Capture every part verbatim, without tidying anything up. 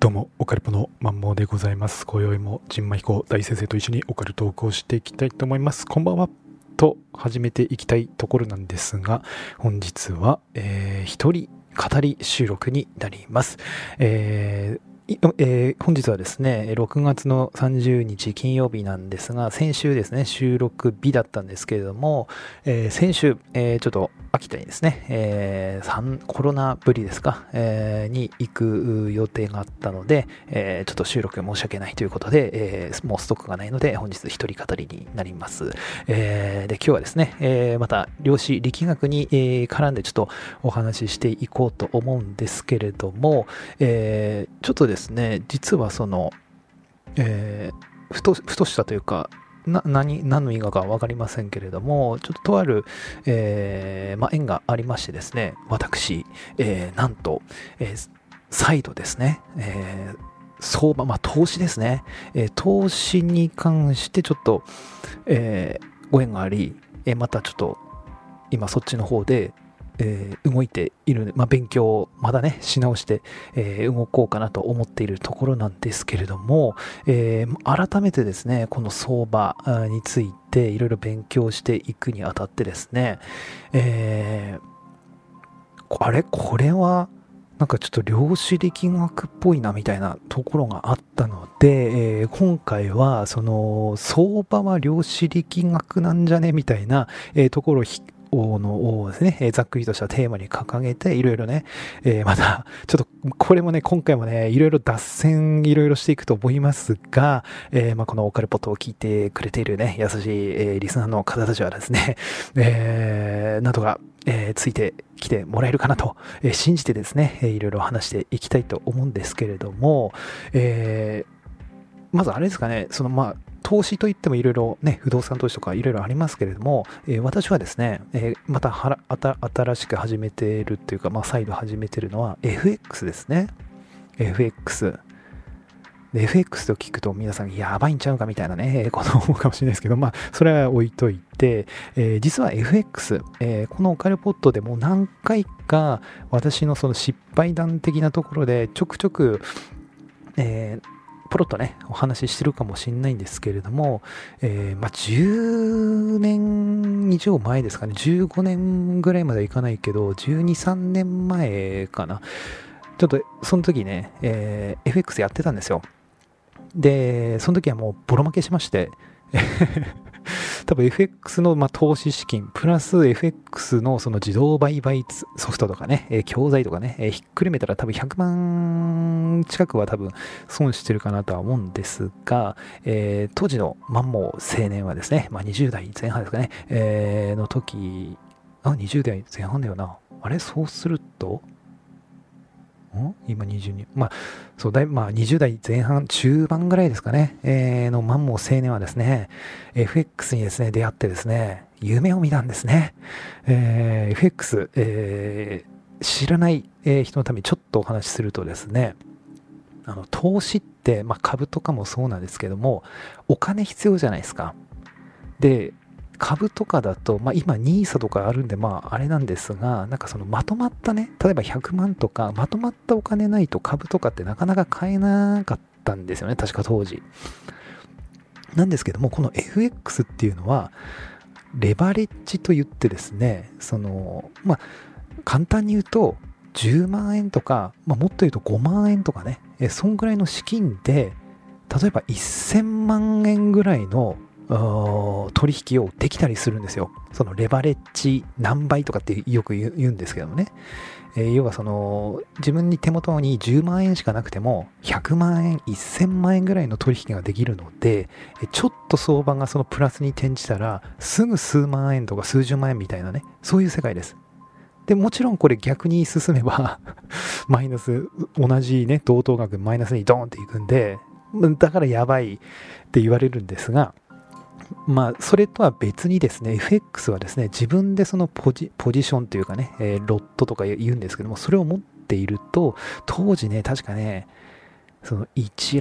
どうもオカルポのマンモーでございます。今宵も陣馬彦大先生と一緒にオカルトークをしていきたいと思います。こんばんはと始めていきたいところなんですが、本日は、えー、一人語り収録になります。えーえー、本日はですねろくがつのさんじゅうにち金曜日なんですが、先週ですね収録日だったんですけれども、えー、先週、えー、ちょっと秋田にですね、えー、コロナぶりですか、えー、に行く予定があったので、えー、ちょっと収録申し訳ないということで、えー、もうストックがないので本日一人語りになります。えー、で今日はですね、えー、また量子力学に、えー、絡んでちょっとお話ししていこうと思うんですけれども、えー、ちょっとですね実はその、えー、ふとふとしたというかな何何の因果か分かりませんけれども、ちょっととある、えーまあ、縁がありましてですね、私、えー、なんと、えー、再度ですね、えー、相場、まあ、投資ですね、えー、投資に関してちょっと、えー、ご縁があり、えー、またちょっと今そっちの方でえー、動いている、まあ、勉強をまだねし直して、えー、動こうかなと思っているところなんですけれども、えー、改めてですねこの相場についていろいろ勉強していくにあたってですね、えー、あれこれはなんかちょっと量子力学っぽいなみたいなところがあったので、えー、今回はその相場は量子力学なんじゃねみたいな、えー、ところをのをですね、えー、ざっくりとしたテーマに掲げていろいろね、えー、またちょっとこれもね今回もねいろいろ脱線いろいろしていくと思いますが、えーまあ、このオカルポットを聞いてくれているね優しい、えー、リスナーの方たちはですね、えー、などが、えー、ついてきてもらえるかなと、えー、信じてですね、えー、いろいろ話していきたいと思うんですけれども、えー、まずあれですかね、そのまあ投資といってもいろいろね、不動産投資とかいろいろありますけれども、えー、私はですね、えー、またはらあた新しく始めているっていうか、まあ、再度始めているのは エフエックス ですね。エフエックス。で エフエックス と聞くと皆さんやばいんちゃうかみたいなね、ことを思うかもしれないですけど、まあ、それは置いといて、えー、実は エフエックス、えー、このオカルポットでも何回か私のその失敗談的なところでちょくちょく、えーポロッとねお話ししてるかもしれないんですけれども、えー、まあじゅうねん以上前ですかね、じゅうごねんぐらいまではいかないけどじゅうに、さんねんまえかな、ちょっとその時ね、えー、エフエックス やってたんですよ。でその時はもうボロ負けしまして多分 エフエックス のまあ投資資金プラス エフエックス のその自動売買ソフトとかね、えー、教材とかね、えー、ひっくるめたら多分ひゃくまん近くは多分損してるかなとは思うんですが、えー、当時のマンモー青年はですね、まあ、にじゅうだいぜん半ですかね、えー、の時、あ、にじゅうだいぜん半だよな。あれそうするとん今にじゅうに、まあ、そうだい、まあ、にじゅうだいぜん半、中盤ぐらいですかね、えー、のマンモー青年はですね、エフエックス にですね、出会ってですね、夢を見たんですね。えー、エフエックス、えー、知らない、えー人のためにちょっとお話しするとですね、あの投資って、まあ、株とかもそうなんですけども、お金必要じゃないですか。で、株とかだと、まあ、今 ニーサ とかあるんでまああれなんですが、なんかそのまとまったね、例えばひゃくまんとかまとまったお金ないと株とかってなかなか買えなかったんですよね、確か当時。なんですけども、この エフエックス っていうのはレバレッジと言ってですね、そのまあ簡単に言うとじゅうまんえんとか、まあ、もっと言うとごまんえんとかね、えそんぐらいの資金で例えばせんまんえんぐらいの取引をできたりするんですよ。そのレバレッジ何倍とかってよく言うんですけどもね、えー、要はその自分に手元にじゅうまんえんしかなくてもひゃくまんえんせんまんえんぐらいの取引ができるので、ちょっと相場がそのプラスに転じたらすぐ数万円とか数十万円みたいなね、そういう世界です。でもちろんこれ逆に進めばマイナス、同じね同等額マイナスにドーンっていくんで、だからやばいって言われるんですが、まあそれとは別にですね、 エフエックス はですね自分でそのポジ、ポジションというかね、えー、ロットとか言うんですけども、それを持っていると当時ね確かねそのいちロッ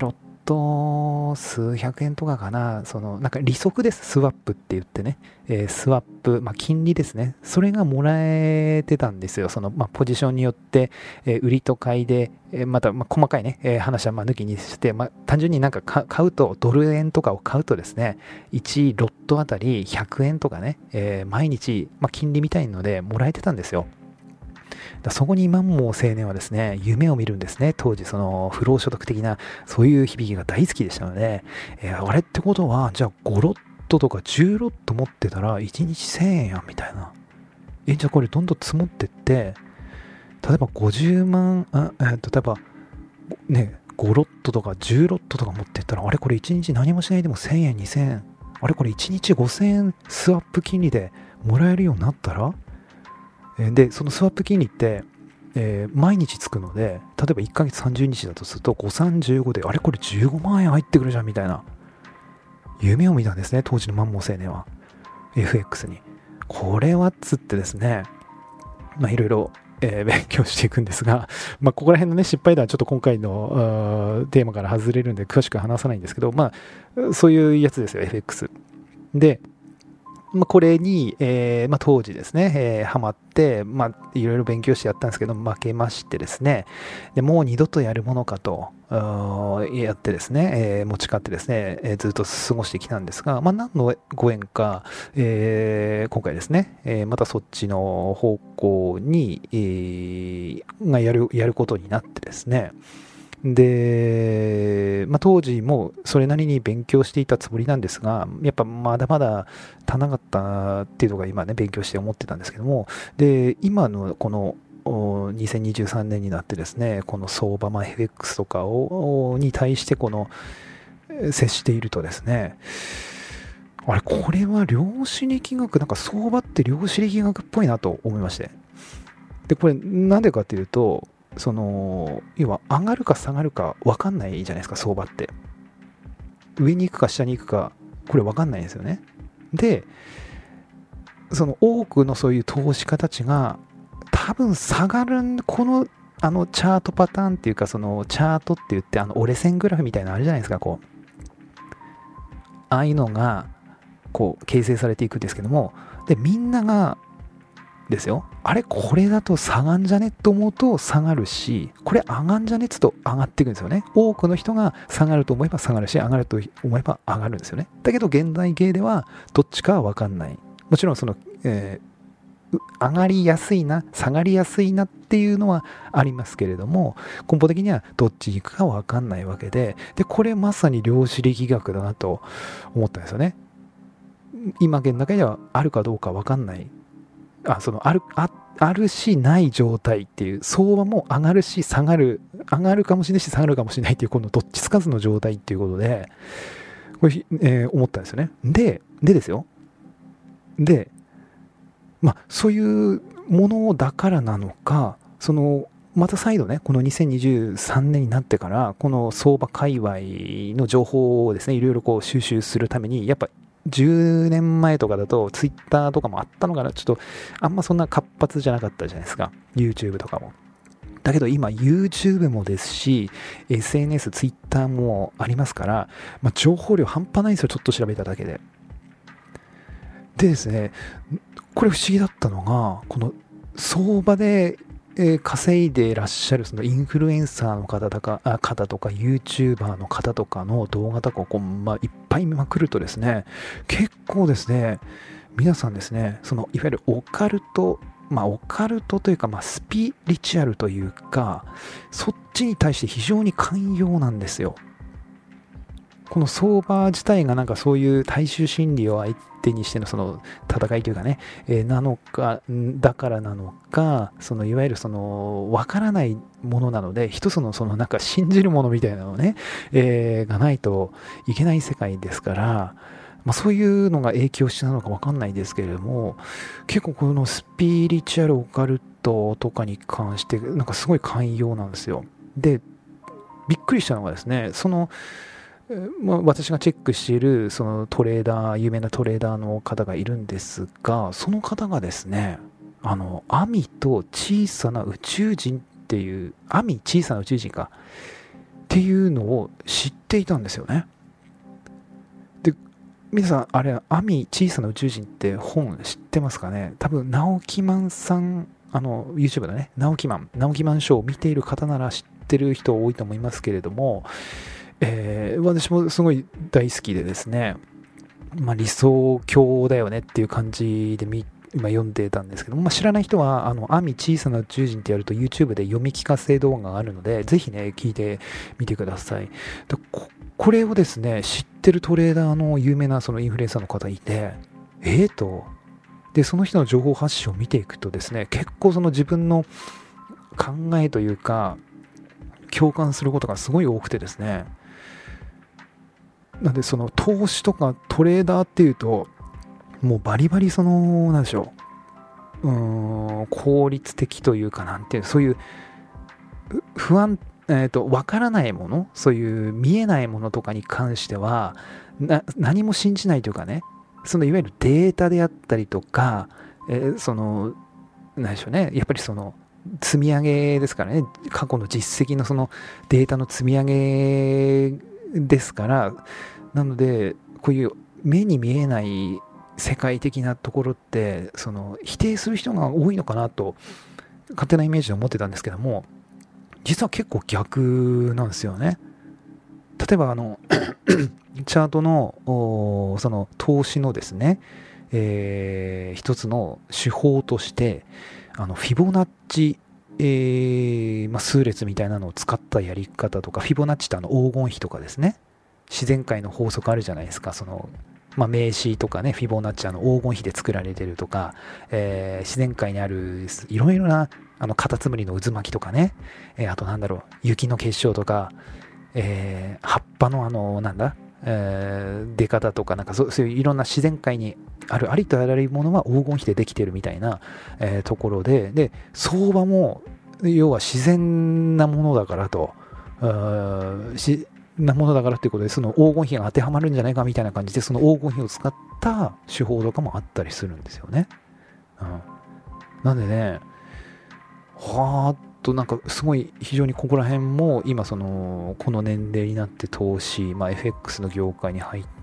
と数百円とかかな、そのなんか利息です、スワップって言ってね、えー、スワップ、まあ、金利ですね、それがもらえてたんですよ。その、まあ、ポジションによって、えー、売りと買いで、えー、また、まあ、細かいね、えー、話はまあ抜きにして、まあ、単純になんか買うと、ドル円とかを買うとですね、いちロットあたりひゃくえんとかね、えー、毎日、まあ、金利みたいのでもらえてたんですよ。だそこにマンモー青年はですね、夢を見るんですね。当時、その不労所得的な、そういう響きが大好きでしたので、えー、あれってことは、じゃあごロットとかじゅうロット持ってたらいちにちせんえんやんみたいな。え、じゃあこれどんどん積もってって、例えばごじゅうまん、あえー、例えば、ね、ごロットとかじゅうロットとか持ってったら、あれこれいちにち何もしないでもせんえん、にせんえん、あれこれいちにちごせんえんスワップ金利でもらえるようになったら、で、そのスワップ金利って、えー、毎日つくので、例えばいっかげつさんじゅうにちだとすると、ご、さんじゅうごで、あれこれじゅうごまんえん入ってくるじゃんみたいな、夢を見たんですね、当時のマンモー青年は。エフエックス に。これはっつってですね、まあいろいろ、えー、勉強していくんですが、まあここら辺のね、失敗談はちょっと今回のテーマから外れるんで、詳しく話さないんですけど、まあ、そういうやつですよ、エフエックス。で、まあ、これに、えーまあ、当時ですね、えー、ハマって、まあ、いろいろ勉強してやったんですけど、負けましてですね、でもう二度とやるものかと、やってですね、えー、持ち帰ってですね、えー、ずっと過ごしてきたんですが、まあ、何のご縁か、えー、今回ですね、えー、またそっちの方向に、えー、がやる、やることになってですね、で、まあ、当時もそれなりに勉強していたつもりなんですが、やっぱまだまだ足らなかったっていうのが今ね、勉強して思ってたんですけども、で、今のこのにせんにじゅうさんねんになってですね、この相場、まあ、エフエックス とかをに対してこの接しているとですね、あれ、これは量子力学、なんか相場って量子力学っぽいなと思いまして。で、これなんでかっていうと、その要は上がるか下がるか分かんないじゃないですか、相場って。上に行くか下に行くか、これ分かんないんですよね。で、その多くのそういう投資家たちが多分下がる、このあのチャートパターンっていうか、そのチャートって言って、あの折れ線グラフみたいなのあるじゃないですか、こうああいうのがこう形成されていくんですけども、でみんながですよ、あれこれだと下がんじゃねと思うと下がるし、これ上がんじゃねっつと上がっていくんですよね。多くの人が下がると思えば下がるし、上がると思えば上がるんですよね。だけど現代芸ではどっちかは分かんない。もちろんその、えー、上がりやすいな下がりやすいなっていうのはありますけれども、根本的にはどっちに行くか分かんないわけで、でこれまさに量子力学だなと思ったんですよね。今現だけではあるかどうか分かんない、あそのあるああるしない状態っていう、相場も上がるし下がる、上がるかもしれないし下がるかもしれないっていう、このどっちつかずの状態っていうことで、これ、えー、思ったんですよね。で、でですよ。で、まあそういうものだからなのか、そのまた再度ね、このにせんにじゅうさんねんになってから、この相場界隈の情報をですね、いろいろこう収集するために、やっぱじゅうねんまえとかだとツイッターとかもあったのかな、ちょっとあんまそんな活発じゃなかったじゃないですか、 YouTube とかも。だけど今 YouTube もですし エスエヌエス、ツイッターもありますから、まあ、情報量半端ないんですよ、ちょっと調べただけで。でですね、これ不思議だったのが、この相場でえー、稼いでいらっしゃるそのインフルエンサーの方とか、あ方とか YouTuber の方とかの動画とかをこう、まあ、いっぱい見まくるとですね、結構ですね、皆さんですね、そのいわゆるオカルト、まあオカルトというか、まあ、スピリチュアルというか、そっちに対して非常に寛容なんですよ。この相場自体がなんかそういう大衆心理を相手にしてのその戦いというかね、えー、なのか、だからなのか、そのいわゆるその分からないものなので、一つのそのなんか信じるものみたいなのね、えー、がないといけない世界ですから、まあ、そういうのが影響してなのか分かんないですけれども、結構このスピリチュアルオカルトとかに関してなんかすごい寛容なんですよ。で、びっくりしたのがですね、そのまあ、私がチェックしているそのトレーダー、有名なトレーダーの方がいるんですが、その方がですね、あのアミと小さな宇宙人っていう、アミ小さな宇宙人かっっていうのを知っていたんですよね。で、皆さん、あれ、アミ小さな宇宙人って本知ってますかね。多分、直木マンさん、あの、YouTube だね、直木マン、直木マンショーを見ている方なら知ってる人多いと思いますけれども、えー、私もすごい大好きでですね、まあ、理想郷だよねっていう感じで見今読んでたんですけども、まあ、知らない人は、あの、アミ小さな宇宙人ってやると YouTube で読み聞かせ動画があるので、ぜひね、聞いてみてください。で、こ、これをですね、知ってるトレーダーの有名なそのインフルエンサーの方いて、えーと、で、その人の情報発信を見ていくとですね、結構その自分の考えというか、共感することがすごい多くてですね、なんでその投資とかトレーダーっていうと、もうバリバリその、なんでしょう、うーん、効率的というかなんていう、そういう不安、えっと、わからないもの、そういう見えないものとかに関しては、な何も信じないというかね、そのいわゆるデータであったりとか、えー、その、なんでしょうね、やっぱりその、積み上げですからね、過去の実績のそのデータの積み上げですから、なので、こういう目に見えない世界的なところってその否定する人が多いのかなと勝手なイメージで思ってたんですけども、実は結構逆なんですよね。例えばあのチャートのその投資のですね、えー、一つの手法としてあのフィボナッチ、えーまあ、数列みたいなのを使ったやり方とか、フィボナッチってあの黄金比とかですね、自然界の法則あるじゃないですか。そのまあ、名詞とかね、フィボナッチあの黄金比で作られてるとか、えー、自然界にあるいろいろなあのカタツムリの渦巻きとかね、えー、あとなんだろう、雪の結晶とか、えー、葉っぱのあのなんだ、えー、出方とか、なんかそそういういろんな自然界にあるありとあらゆるものは黄金比でできてるみたいな、えー、ところで、で相場も要は自然なものだからと、しなものだからということで、その黄金比が当てはまるんじゃないかみたいな感じで、その黄金比を使った手法とかもあったりするんですよね。うん、なんでね、はーっとなんかすごい非常にここら辺も今そのこの年齢になって投資、まあ、エフエックス の業界に入って、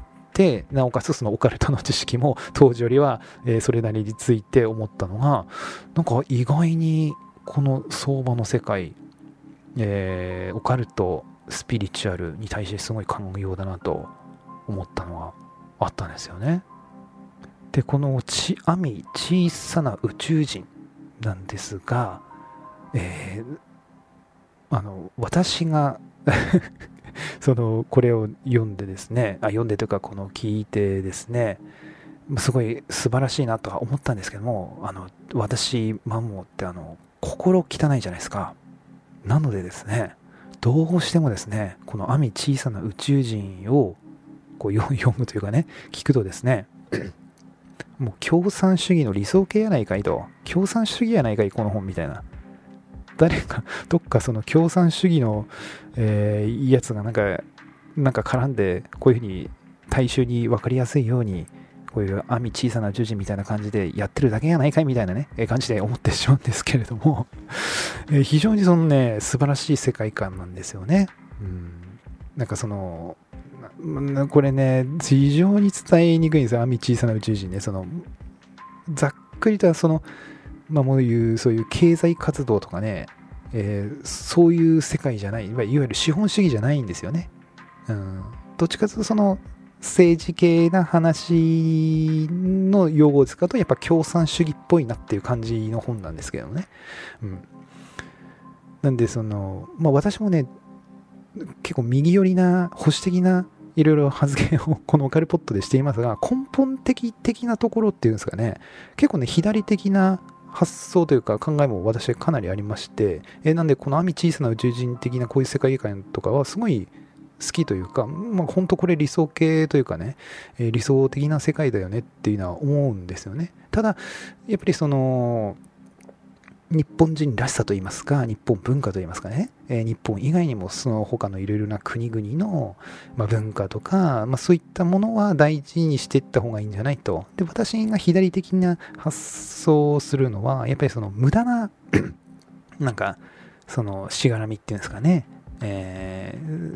なおかつそのオカルトの知識も当時よりは、えー、それなりについて思ったのが、なんか意外にこの相場の世界、えー、オカルトスピリチュアルに対してすごい寛容だなと思ったのがあったんですよね。で、このちアミ小さな宇宙人なんですが、えー、あの私がそのこれを読んでですね、あ読んでというかこの聞いてですね、すごい素晴らしいなとは思ったんですけども、あの私マンモってあの心汚いじゃないですか。なのでですね、どうしてもですね、このアミ小さな宇宙人をこう読むというかね、聞くとですね、もう共産主義の理想形やないかいと、共産主義やないかいこの本みたいな、誰かどっかその共産主義の、えー、やつがなんかなんか絡んで、こういうふうに大衆に分かりやすいようにこういうアミ小さな宇宙人みたいな感じでやってるだけやないかいみたいなね、えー、感じで思ってしまうんですけれども、えー、非常にそのね素晴らしい世界観なんですよね。うん、なんかそのこれね非常に伝えにくいんですよ、アミ小さな宇宙人ね。そのざっくりとはそのまあもういうそういう経済活動とかね、えー、そういう世界じゃない、いわゆる資本主義じゃないんですよね。うん、どっちかというとその政治系な話の用語を使うとやっぱ共産主義っぽいなっていう感じの本なんですけどね。うん、なんでそのまあ私もね結構右寄りな保守的ないろいろ発言をこのオカルポットでしていますが、根本的的なところっていうんですかね、結構ね左的な発想というか考えも私はかなりありまして、えなんでこのアミ小さな宇宙人的なこういう世界観とかはすごい好きというか、まあ、本当これ理想系というかね、えー、理想的な世界だよねっていうのは思うんですよね。ただやっぱりその日本人らしさといいますか、日本文化といいますかね、えー、日本以外にもその他のいろいろな国々の、まあ、文化とか、まあ、そういったものは大事にしていった方がいいんじゃないと。で、私が左的な発想をするのはやっぱりその無駄ななんかそのしがらみっていうんですかね、え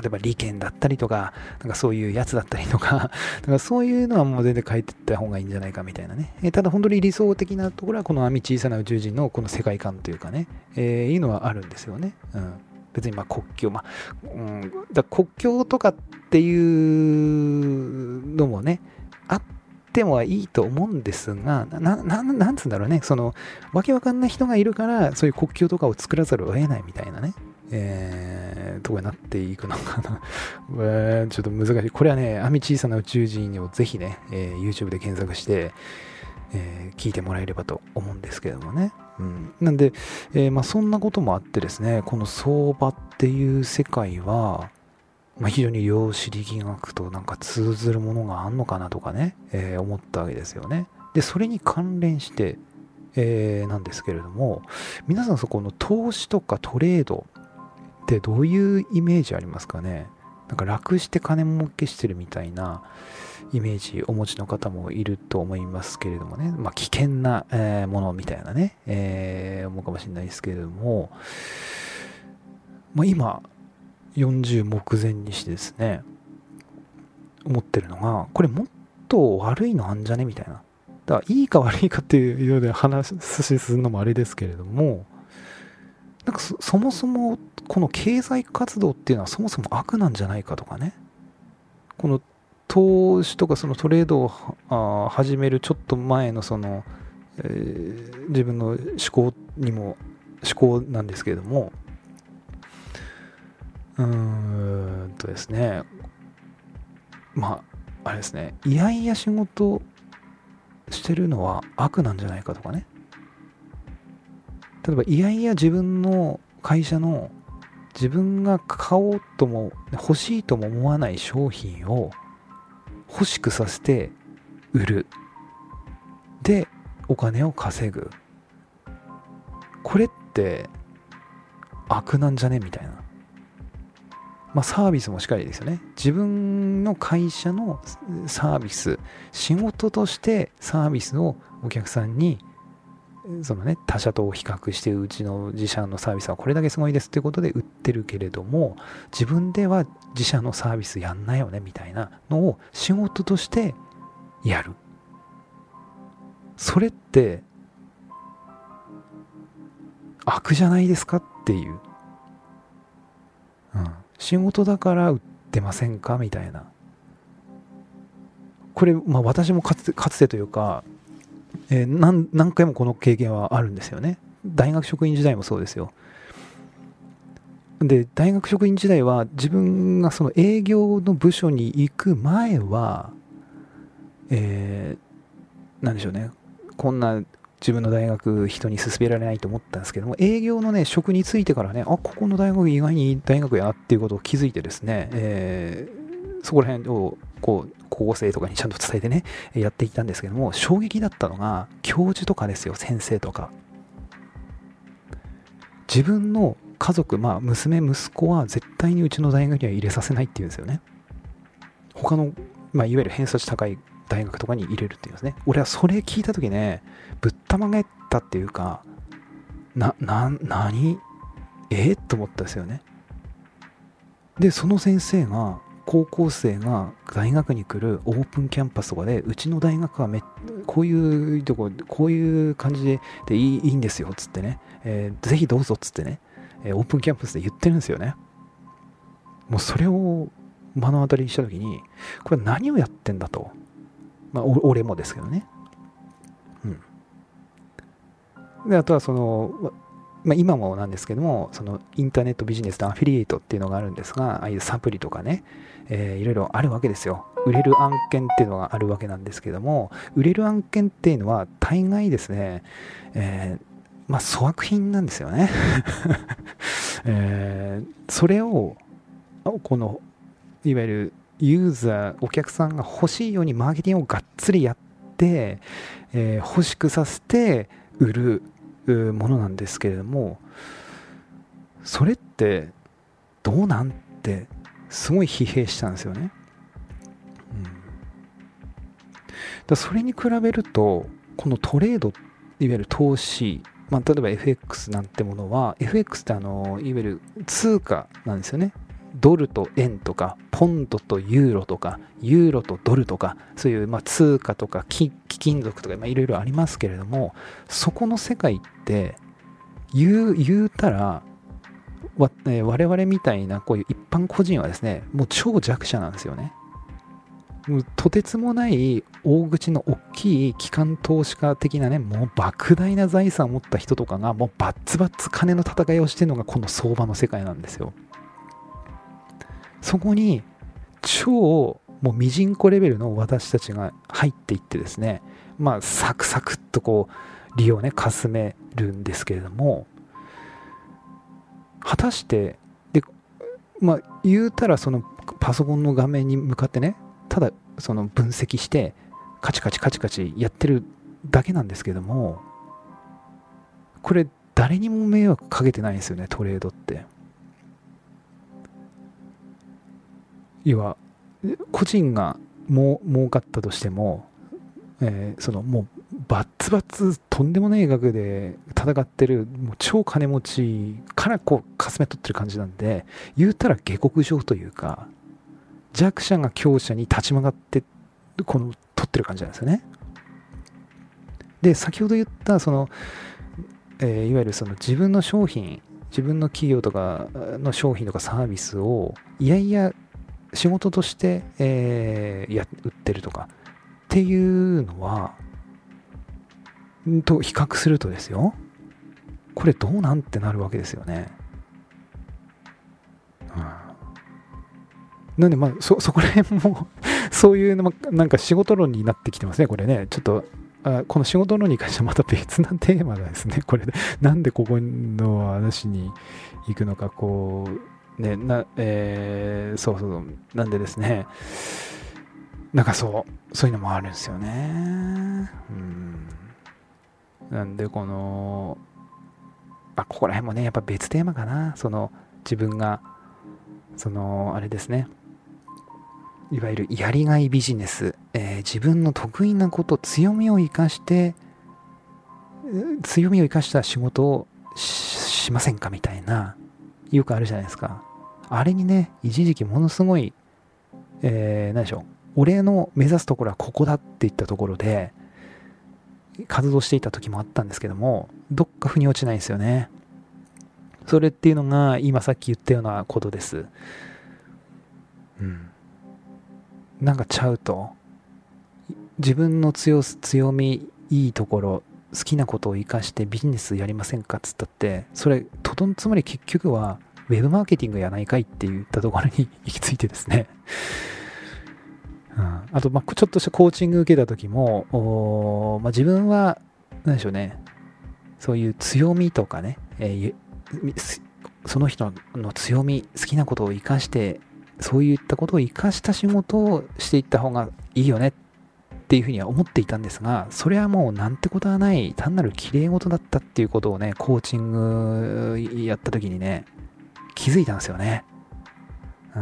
例えば利権だったりとか、なんかそういうやつだったりとか、だからそういうのはもう全然変えていった方がいいんじゃないかみたいなね。えー、ただ本当に理想的なところはこの網小さな宇宙人のこの世界観というかね、えー、いうのはあるんですよね。うん。別にまあ国境、まあ、うん、だ国境とかっていうのもね、あってもいいと思うんですが、な、な、なんつうんだろうね、その、わけわかんない人がいるから、そういう国境とかを作らざるを得ないみたいなね、えー、とこになっていくのかな。えー、ちょっと難しい。これはね、網小さな宇宙人をぜひね、えー、YouTube で検索して、えー、聞いてもらえればと思うんですけどもね。うん、なんで、えーまあ、そんなこともあってですね、この相場っていう世界は、まあ、非常に量子力学となんか通ずるものがあんのかなとかね、えー、思ったわけですよね。で、それに関連して、えー、なんですけれども、皆さんそこの投資とかトレードってどういうイメージありますかね。なんか楽して金儲けしてるみたいなイメージお持ちの方もいると思いますけれどもね、まあ、危険な、えー、ものみたいなね、えー、思うかもしれないですけれども、まあ、今よんじゅう目前にしてですね、思ってるのが、これもっと悪いのあんじゃねみたいな。だからいいか悪いかっていうようで話するのもあれですけれども、なんか そ, そもそもこの経済活動っていうのはそもそも悪なんじゃないかとかね、この投資とかそのトレードを始めるちょっと前のその、えー、自分の思考にも思考なんですけれども、うーんとですね、まああれですね、いやいや仕事してるのは悪なんじゃないかとかね、例えばいやいや自分の会社の自分が買おうとも欲しいとも思わない商品を欲しくさせて売る、でお金を稼ぐ、これって悪なんじゃねみたいな。まあサービスもしっかりですよね。自分の会社のサービス、仕事としてサービスをお客さんにそのね、他社と比較してうちの自社のサービスはこれだけすごいですっていうことで売ってるけれども、自分では自社のサービスやんないよねみたいなのを仕事としてやる。それって悪じゃないですかっていう、うん、仕事だから売ってませんかみたいな。これ、まあ、私もかつてかつてというか、えー、何, 何回もこの経験はあるんですよね。大学職員時代もそうですよ。で、大学職員時代は自分がその営業の部署に行く前は、えー、なんでしょうね、こんな自分の大学人に勧められないと思ったんですけども、営業のね職についてからね、あ、ここの大学意外にいい大学やなっていうことを気づいてですね、えー、そこら辺をこう高校生とかにちゃんと伝えてねやっていったんですけども、衝撃だったのが教授とかですよ。先生とか自分の家族、まあ娘息子は絶対にうちの大学には入れさせないっていうんですよね。他の、まあ、いわゆる偏差値高い大学とかに入れるっていうんですね。俺はそれ聞いた時ね、ぶったまげったっていうか、な、な、何えー、と思ったんですよね。で、その先生が高校生が大学に来るオープンキャンパスとかで、うちの大学はめこういうとここういう感じ で, でい, い, いいんですよっつってね、えー、ぜひどうぞっつってね、えー、オープンキャンパスで言ってるんですよね。もうそれを目の当たりにした時に、これ何をやってんだと、まあ俺もですけどね、うん。であとはその、まあ、今もなんですけども、そのインターネットビジネスのアフィリエイトっていうのがあるんですが、ああいうサプリとかね、えー、いろいろあるわけですよ。売れる案件っていうのがあるわけなんですけども、売れる案件っていうのは大概ですね、えー、まあ粗悪品なんですよね、えー、それをこのいわゆるユーザー、お客さんが欲しいようにマーケティングをがっつりやって、えー、欲しくさせて売るものなんですけれども、それってどうなんってすごい疲弊したんですよね、うん、だそれに比べるとこのトレード、いわゆる投資、まあ、例えば エフエックス なんてものは、 エフエックス ってあのいわゆる通貨なんですよね。 ドルと円とかポンドとユーロとかユーロとドルとかそういうまあ通貨とか貴金属とかいろいろありますけれども、そこの世界って言う、言うたらわ、えー、我々みたいなこういう一般個人はですね、もう超弱者なんですよね。もうとてつもない大口の大きい機関投資家的なね、もう莫大な財産を持った人とかがもうバッツバッツ金の戦いをしてるのがこの相場の世界なんですよ。そこに超もうミジンコレベルの私たちが入っていってですね、まあサクサクっとこう利をねかすめるんですけれども、果たしてでまあ言うたらそのパソコンの画面に向かってね、ただその分析してカチカチカチカチやってるだけなんですけども、これ誰にも迷惑かけてないんですよね、トレードって。要は個人がも儲かったとしても、えー、そのもうバッツバッツとんでもない額で戦ってるもう超金持ちからこうかすめ取ってる感じなんで、言うたら下克上というか、弱者が強者に立ち向かってこの取ってる感じなんですよね。で先ほど言ったその、えー、いわゆるその自分の商品、自分の企業とかの商品とかサービスをいやいや仕事として、えー、や売ってるとかっていうのはと比較するとですよ、これどうなんてなるわけですよね。うん、なんでまあ そ, そこら辺もそういうのもなんか仕事論になってきてますね、これね。ちょっとあこの仕事論に関してはまた別なテーマですね、これ。なんでここの話に行くのか、こうねな、えー、そうそうなんでですね、なんかそうそういうのもあるんですよね。うんなんでこのあここら辺もねやっぱ別テーマかな。その自分がそのあれですね、いわゆるやりがいビジネス、えー、自分の得意なこと、強みを生かして強みを生かした仕事を し, しませんかみたいな、よくあるじゃないですか。あれにね一時期ものすごい、えー、何でしょう、俺の目指すところはここだっていったところで活動していた時もあったんですけども、どっか腑に落ちないんですよね。それっていうのが今さっき言ったようなことです。うん。なんかちゃうと、自分の 強, 強みいいところ、好きなことを生かしてビジネスやりませんかっつったって、それとどんつまり結局はウェブマーケティングやないかいって言ったところに行き着いてですね。うん、あと、まあ、ちょっとしたコーチング受けた時も、まあ、自分は何でしょうね、そういう強みとかね、えー、その人の強み、好きなことを生かして、そういったことを生かした仕事をしていった方がいいよねっていうふうには思っていたんですが、それはもうなんてことはない単なる綺麗事だったっていうことをね、コーチングやった時にね気づいたんですよね。うん、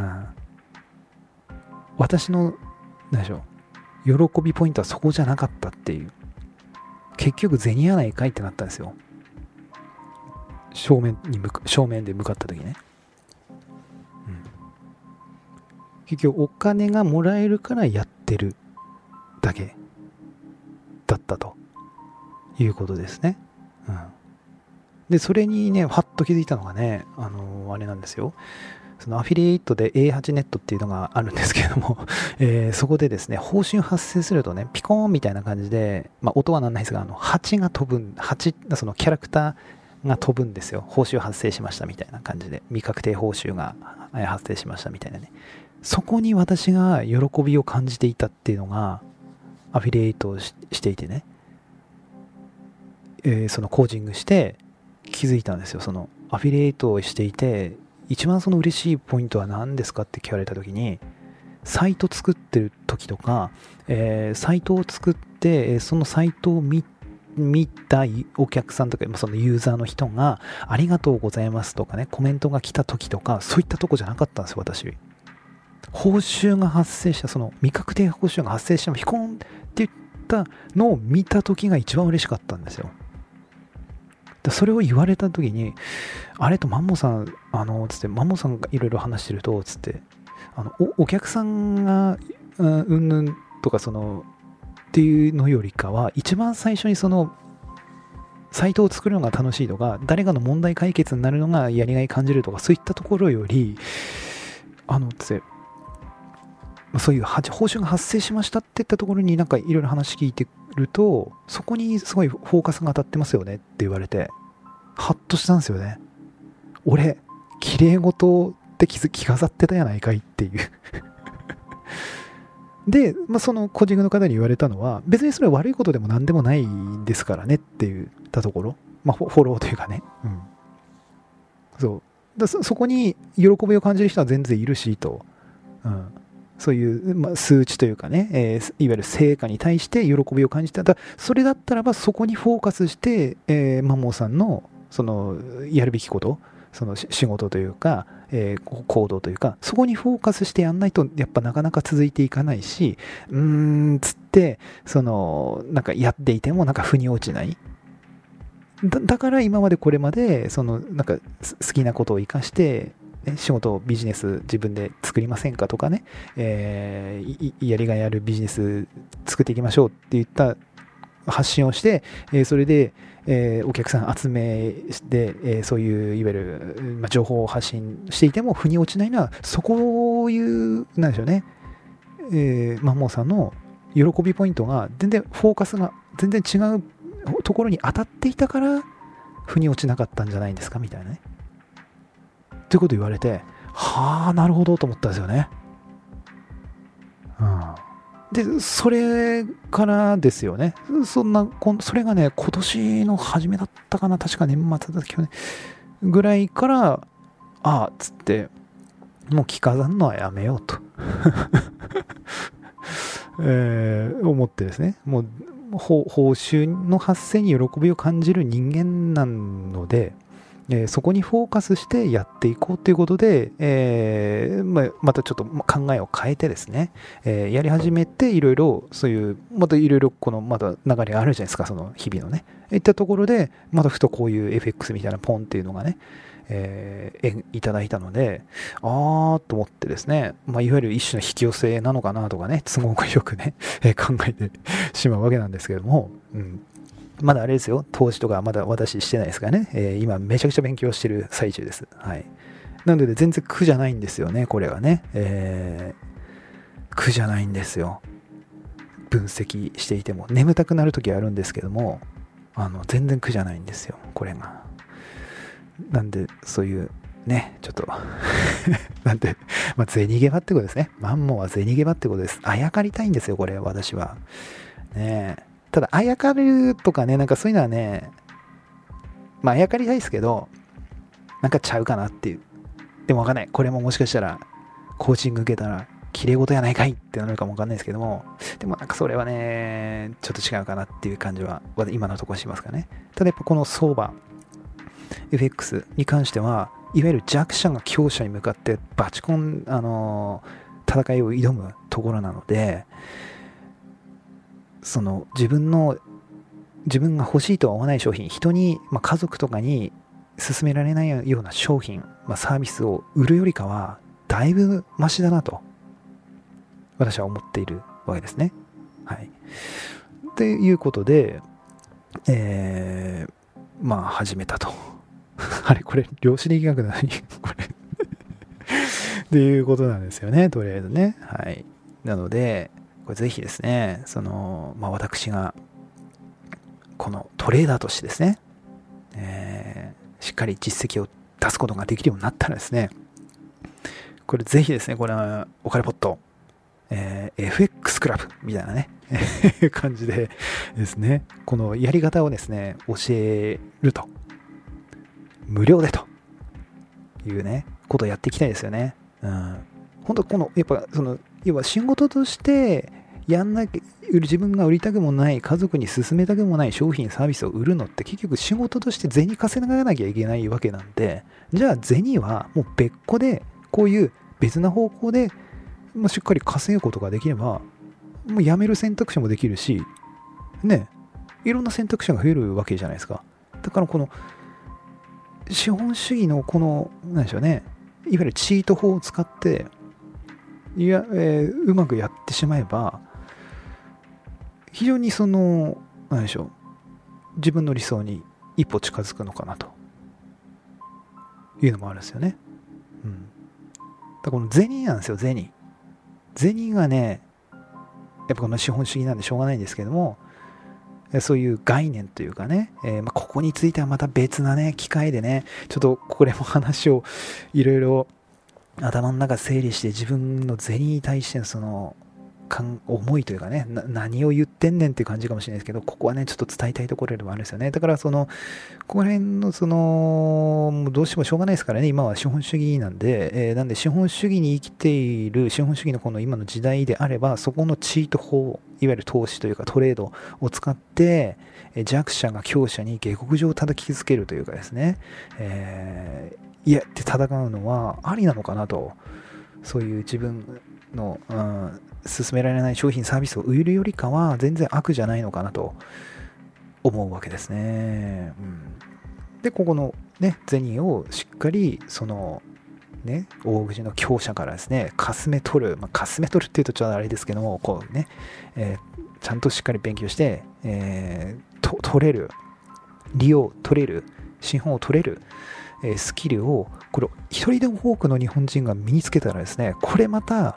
私の何でしょう、喜びポイントはそこじゃなかったっていう、結局銭やないかいってなったんですよ。正面に向か正面で向かった時ね、うん、結局お金がもらえるからやってるだけだったということですね。うん、でそれにねはっと気づいたのがね、あのー、あれなんですよ。そのアフィリエイトで エーはち ネットっていうのがあるんですけれども、えー、そこでですね、報酬発生するとね、ピコーンみたいな感じで、まあ、音はなんないですが、あの蜂が飛ぶ、蜂、そのキャラクターが飛ぶんですよ。報酬発生しましたみたいな感じで、未確定報酬が発生しましたみたいなね。そこに私が喜びを感じていたっていうのが、アフィリエイトを し, していてね、えー、そのコーチングして気づいたんですよ。そのアフィリエイトをしていて、一番その嬉しいポイントは何ですかって聞かれた時に、サイト作ってる時とか、えー、サイトを作ってそのサイトを 見, 見たお客さんとかそのユーザーの人がありがとうございますとかね、コメントが来た時とか、そういったとこじゃなかったんですよ。私報酬が発生した、その未確定報酬が発生したピコンって言ったのを見た時が一番嬉しかったんですよ。 でそれを言われた時に、あれとマンモさん、あの、つって、マンモさんがいろいろ話してると、つって、あの、お、お客さんが、うん、うんぬんとか、その、っていうのよりかは、一番最初にその、サイトを作るのが楽しいとか、誰かの問題解決になるのがやりがい感じるとか、そういったところより、あの、つって、そういう報酬が発生しましたって言ったところになんかいろいろ話聞いてると、そこにすごいフォーカスが当たってますよねって言われて、ハッとしたんですよね。俺、綺麗事って気づき飾ってたやないかいっていうで、まあ、そのコーチングの方に言われたのは、別にそれは悪いことでも何でもないんですからねって言ったところ、まあ、フォローというかね、うん、そうだ そ, そこに喜びを感じる人は全然いるしと、うん、そういう、まあ、数値というかね、えー、いわゆる成果に対して喜びを感じたら、それだったらばそこにフォーカスして、えー、マンモーさんのそのやるべきこと、その仕事というか、えー、行動というか、そこにフォーカスしてやんないとやっぱなかなか続いていかないし、うーんつってそのなんかやっていてもなんか腑に落ちない。だ, だから今までこれまでそのなんか好きなことを生かして、ね、仕事ビジネス自分で作りませんかとかね、えー、やりがいあるビジネス作っていきましょうって言った発信をして、えー、それで、えー、お客さん集めて、えー、そういういわゆる、まあ、情報を発信していても腑に落ちないのは、そこいうなんでしょうね、えー、マンモーさんの喜びポイントが全然フォーカスが全然違うところに当たっていたから腑に落ちなかったんじゃないんですかみたいなね、ということ言われて、はあなるほどと思ったんですよね。うんで、それからですよね。そんな、それがね、今年の初めだったかな、確か年末だった去年ぐらいから、ああ、つって、もう着飾るのはやめようと、えー、思ってですね、もう報酬の発生に喜びを感じる人間なので、えー、そこにフォーカスしてやっていこうということで、えーまあ、またちょっと考えを変えてですね、えー、やり始めていろいろそういうまたいろいろこのまた流れがあるじゃないですか、その日々のね、いったところでまたふとこういう エフエックス みたいなポンっていうのがね、えー、いただいたので、あーと思ってですね、まあ、いわゆる一種の引き寄せなのかなとかね、都合よくね考えてしまうわけなんですけれども、うんまだあれですよ、投資とかまだ私してないですからね、えー、今めちゃくちゃ勉強してる最中です。はい。なので全然苦じゃないんですよね、これはね。えー、苦じゃないんですよ。分析していても。眠たくなるときはあるんですけども、あの、全然苦じゃないんですよ、これが。なんで、そういう、ね、ちょっとなんで、まあ、銭ゲバってことですね。マンモは銭ゲバってことです。あやかりたいんですよ、これ、私は。ねえ。ただ、あやかるとかね、なんかそういうのはね、まあ、あやかりたいですけど、なんかちゃうかなっていう。でもわかんない。これももしかしたら、コーチング受けたら、綺麗事やないかいってなるかもわかんないですけども、でもなんかそれはね、ちょっと違うかなっていう感じは、今のところしますかね。ただやっぱこの相場、エフエックス に関しては、いわゆる弱者が強者に向かってバチコン、あのー、戦いを挑むところなので、その自分の自分が欲しいとは思わない商品、人に、まあ、家族とかに勧められないような商品、まあ、サービスを売るよりかはだいぶマシだなと私は思っているわけですね。はい。ということで、えー、まあ始めたとあれこれ量子力学なのにこれっていうことなんですよね、とりあえずね。はい。なのでこれぜひですね、その、まあ、私がこのトレーダーとしてですね、えー、しっかり実績を出すことができるようになったらですね、これぜひですね、これはオカルポット、えー、エフエックス クラブみたいなね感じでですね、このやり方をですね教えると、無料でというねことをやっていきたいですよね。うん、本当このやっぱその要は仕事としてやんなきゃ、自分が売りたくもない家族に勧めたくもない商品サービスを売るのって結局仕事として銭稼がなきゃいけないわけなんで、じゃあ銭はもう別個でこういう別な方向でまあ、しっかり稼ぐことができればもうやめる選択肢もできるしね、いろんな選択肢が増えるわけじゃないですか。 だからこの資本主義のこの何でしょうね、いわゆるチート法を使っていや、えー、うまくやってしまえば非常にその何でしょう、自分の理想に一歩近づくのかなというのもあるんですよね。うん。だからこの銭なんですよ、銭。銭がね、やっぱこの資本主義なんでしょうがないんですけども、そういう概念というかね、えーまあ、ここについてはまた別なね、機会でね、ちょっとこれも話をいろいろ頭の中整理して自分の銭に対してのその思いというかね、な何を言ってんねんっていう感じかもしれないですけど、ここはねちょっと伝えたいところでもあるんですよね。だからそのここら辺のそのもうどうしてもしょうがないですからね、今は資本主義なんで、えー、なんで資本主義に生きている資本主義のこの今の時代であれば、そこのチート法、いわゆる投資というかトレードを使って弱者が強者に下克上を叩きつけるというかですね、えー、いやって戦うのはありなのかなと、そういう自分の、うん、進められない商品サービスを売るよりかは全然悪じゃないのかなと思うわけですね。うん、でここのね銭をしっかりそのね大口の強者からですねかすめ取る、まあ、かすめ取るっていうとちょっとあれですけども、こうね、えー、ちゃんとしっかり勉強して、えー、と取れる利用取れる資本を取れるスキルをこれ一人でも多くの日本人が身につけたらですね、これまた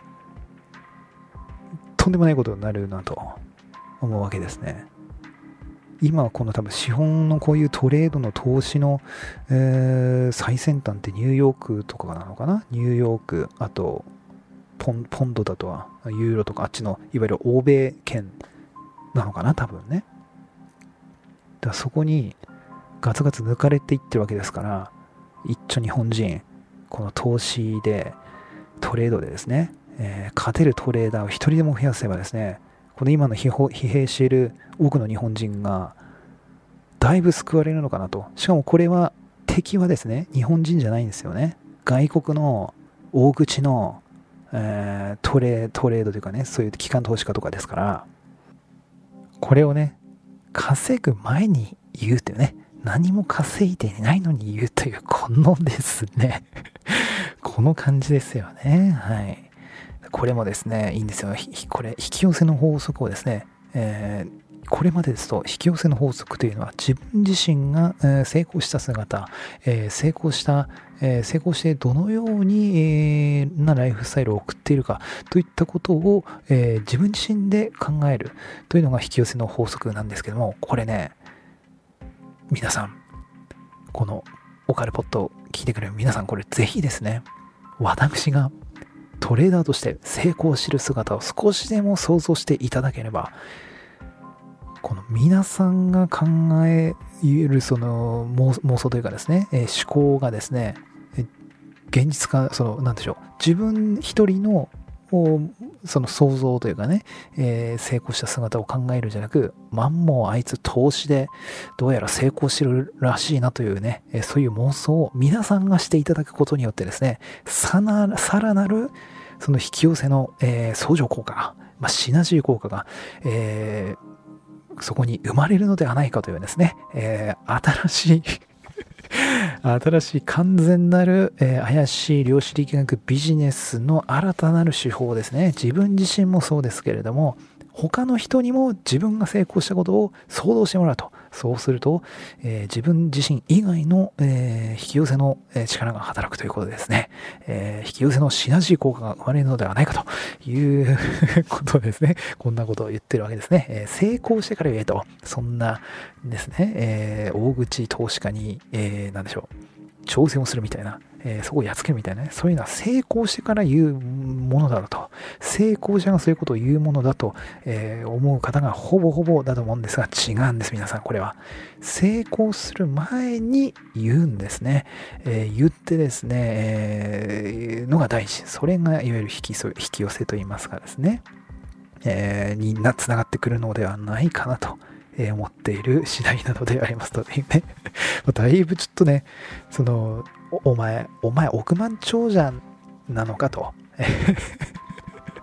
とんでもないことになるなと思うわけですね。今はこの多分資本のこういうトレードの投資の、えー、最先端ってニューヨークとかなのかな、ニューヨーク、あとポン、ポンドだとはユーロとかあっちのいわゆる欧米圏なのかな多分ね。だからそこにガツガツ抜かれていってるわけですから、一丁日本人この投資でトレードでですね、えー、勝てるトレーダーを一人でも増やせばですね、この今の疲弊している多くの日本人がだいぶ救われるのかなと。しかもこれは敵はですね日本人じゃないんですよね。外国の大口の、えー、トレトレードというかね、そういう機関投資家とかですから、これをね稼ぐ前に言うというね、何も稼いでいないのに言うというこのですねこの感じですよね。はい。これもですねいいんですよ。これ引き寄せの法則をですね、えー、これまでですと引き寄せの法則というのは自分自身が、えー、成功した姿、えー、成功した、えー、成功してどのように、えー、なライフスタイルを送っているかといったことを、えー、自分自身で考えるというのが引き寄せの法則なんですけども、これね皆さんこのオカルポットを聞いてくれる皆さん、これぜひですね、私がトレーダーとして成功している姿を少しでも想像していただければ、この皆さんが考えるその妄想というかですね、えー、思考がですね、現実化、そのなんでしょう、自分一人のその想像というかね、えー、成功した姿を考えるんじゃなく、まんもあいつ投資でどうやら成功してるらしいなというね、えー、そういう妄想を皆さんがしていただくことによってですね、さなさらなるその引き寄せの、えー、相乗効果が、まあ、シナジー効果が、えー、そこに生まれるのではないかというですね、えー、新しい新しい完全なる、えー、怪しい量子力学ビジネスの新たなる手法ですね。自分自身もそうですけれども、他の人にも自分が成功したことを想像してもらうと。そうすると、えー、自分自身以外の、えー、引き寄せの力が働くということですね。えー、引き寄せのシナジー効果が生まれるのではないかということですね。こんなことを言ってるわけですね。えー、成功してから言えと。そんなですね、えー、大口投資家に、えー、何でしょう、挑戦をするみたいな、えー、そこをやっつけるみたいなね、そういうのは成功してから言うものだろうと、成功者がそういうことを言うものだと、えー、思う方がほぼほぼだと思うんですが、違うんです。皆さん、これは成功する前に言うんですね。えー、言ってですね、えー、のが大事。それがいわゆる引き、引き寄せといいますかですね、えー、になつながってくるのではないかなと思っている次第なのでありますというねだいぶちょっとね、そのお, お前お前億万長者なのかと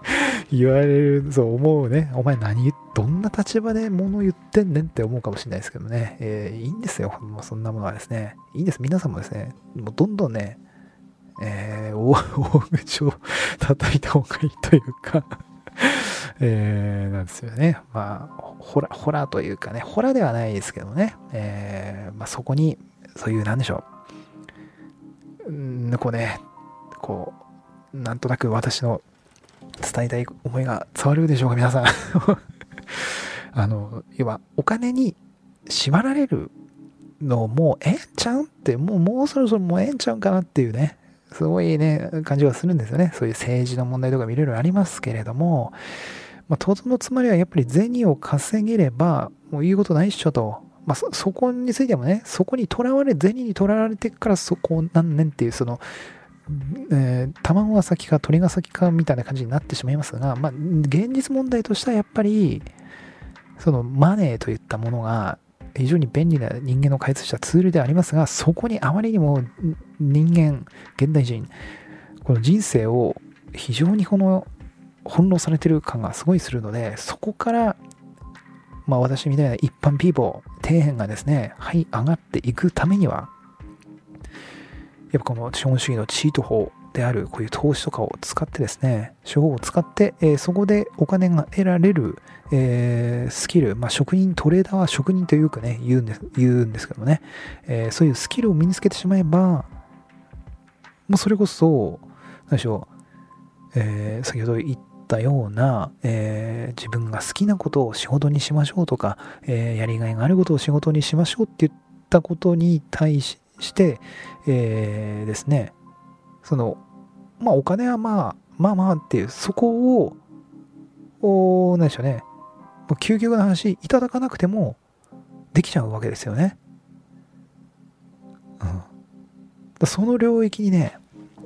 言われる、そう思うね。お前何、どんな立場で物言ってんねんって思うかもしれないですけどね。えー、いいんですよ。もうそんなものはですね。いいんです。皆さんもですね、もうどんどんね、えー、大, 大口を叩いた方がいいというか、えー、なんですよね。まあ、ホラ、ホラーというかね、ホラーではないですけどね。えー、まあそこに、そういう、なんでしょう。うん、こうね、こう、なんとなく私の伝えたい思いが伝わるでしょうか、皆さん。あの、要は、お金に縛られるのもうええんちゃうんって、もう、もうそろそろもうええんちゃうんかなっていうね、すごいね、感じがするんですよね。そういう政治の問題とかもいろいろありますけれども、まあ、当然のつまりはやっぱり銭を稼げれば、もう言うことないっしょと。まあ、そ、そこについてもね、そこにとらわれ、銭にとらわれてからそこなんねんっていう、その、えー、卵が先か鳥が先かみたいな感じになってしまいますが、まあ、現実問題としてはやっぱり、そのマネーといったものが非常に便利な人間の開発したツールでありますが、そこにあまりにも人間、現代人、この人生を非常にこの翻弄されてる感がすごいするので、そこから、まあ私みたいな一般ピーポー、底辺がですね、はい、上がっていくためには、やっぱこの資本主義のチート法であるこういう投資とかを使ってですね、手法を使って、えー、そこでお金が得られる、えー、スキル、まあ職人、トレーダーは職人というかね、言うんです、言うんですけどもね、えー、そういうスキルを身につけてしまえば、もうそれこそ、何でしょう、えー、先ほど言ったような、えー、自分が好きなことを仕事にしましょうとか、えー、やりがいがあることを仕事にしましょうって言ったことに対しして、えー、ですね、その、まあお金はまあ、まあまあっていう、そこを、お何でしょうね、もう究極の話、いただかなくてもできちゃうわけですよね。うん。だその領域にね、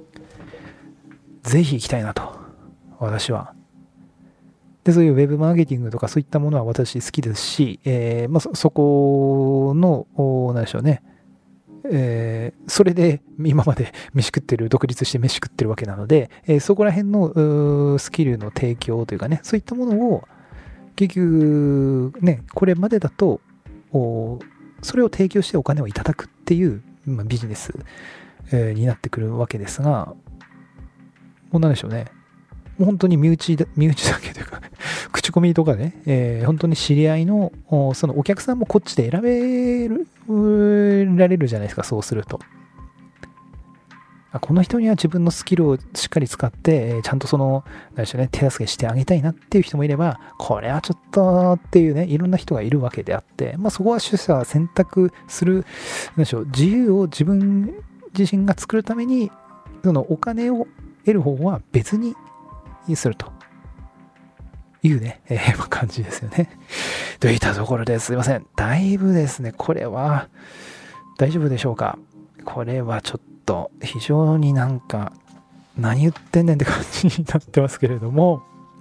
ぜひ行きたいなと、私は。で、そういうウェブマーケティングとかそういったものは私好きですし、えー、まあそ、そこの、何でしょうね、えー、それで今まで飯食ってる、独立して飯食ってるわけなので、えー、そこら辺のスキルの提供というかね、そういったものを結局ね、これまでだとそれを提供してお金をいただくっていう、まあ、ビジネス、えー、になってくるわけですが、もう何でしょうね、もう本当に身内だ、身内だけというか口コミとかね、えー、本当に知り合いのそのお客さんもこっちで選べるられるじゃないですか、そうすると。この人には自分のスキルをしっかり使って、ちゃんとその、何でしょうね、手助けしてあげたいなっていう人もいれば、これはちょっとっていうね、いろんな人がいるわけであって、まあそこは取捨は選択する、何でしょう、自由を自分自身が作るために、そのお金を得る方法は別にするというね、えー、感じですよね。といったところですいません。だいぶですね、これは大丈夫でしょうか。これはちょっと非常になんか何言ってんねんって感じになってますけれども、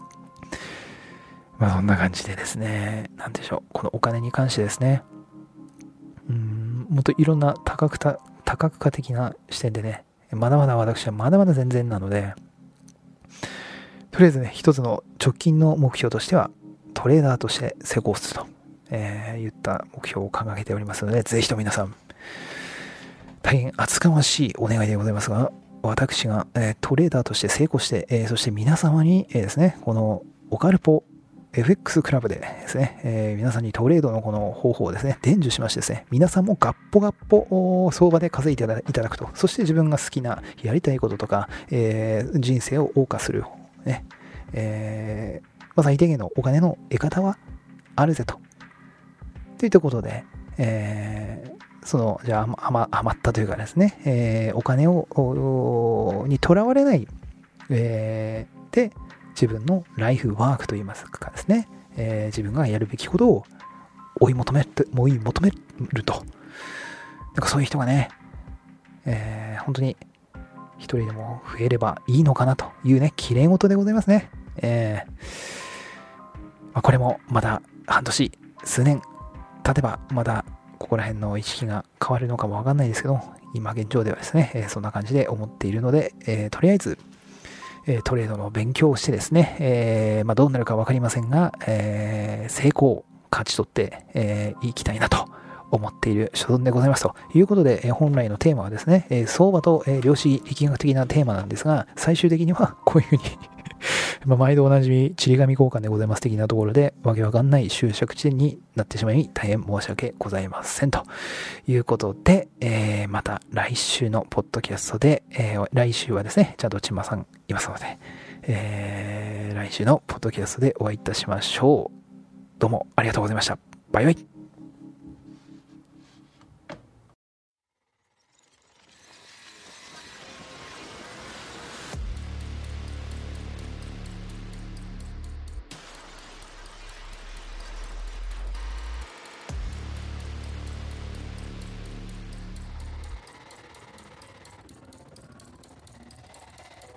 まあそんな感じでですね、なんでしょう、このお金に関してですね、うーん、もっといろんな多角多角化的な視点でね、まだまだ私はまだまだ全然なので、とりあえずね、一つの直近の目標としては、トレーダーとして成功すると、えー、言った目標を掲げておりますので、ぜひと皆さん、大変厚かましいお願いでございますが、私が、えー、トレーダーとして成功して、えー、そして皆様に、えー、ですね、このオカルポ エフエックス クラブでですね、えー、皆さんにトレードのこの方法をですね、伝授しましてですね、皆さんもガッポガッポ相場で稼いでいただくと、そして自分が好きなやりたいこととか、えー、人生を謳歌するね、えーまあ、最低限のお金の得方はあるぜと。といったことで、えー、その、じゃあ余、余ったというかですね、えー、お金を、にとらわれない、えー、で、自分のライフワークといいますかですね、えー、自分がやるべきことを追い求める、追い求めると。なんかそういう人がね、えー、本当に一人でも増えればいいのかなというね、綺麗事でございますね。えーまあ、これもまだ半年、数年経てばまだここら辺の意識が変わるのかもわかんないですけど、今現状ではですね、えー、そんな感じで思っているので、えー、とりあえず、 えー、トレードの勉強をしてですね、えーまあ、どうなるか分かりませんが、えー、成功を勝ち取って、えー、いきたいなと思っている所存でございますということで、えー、本来のテーマはですね、えー、相場と、えー、量子力学的なテーマなんですが、最終的にはこういうふうにまあ毎度おなじみ、ちり紙交換でございます的なところで、わけわかんない終着地点になってしまい、大変申し訳ございません。ということで、えー、また来週のポッドキャストで、えー、来週はですね、ちゃんとちまさんいますので、えー、来週のポッドキャストでお会いいたしましょう。どうもありがとうございました。バイバイ。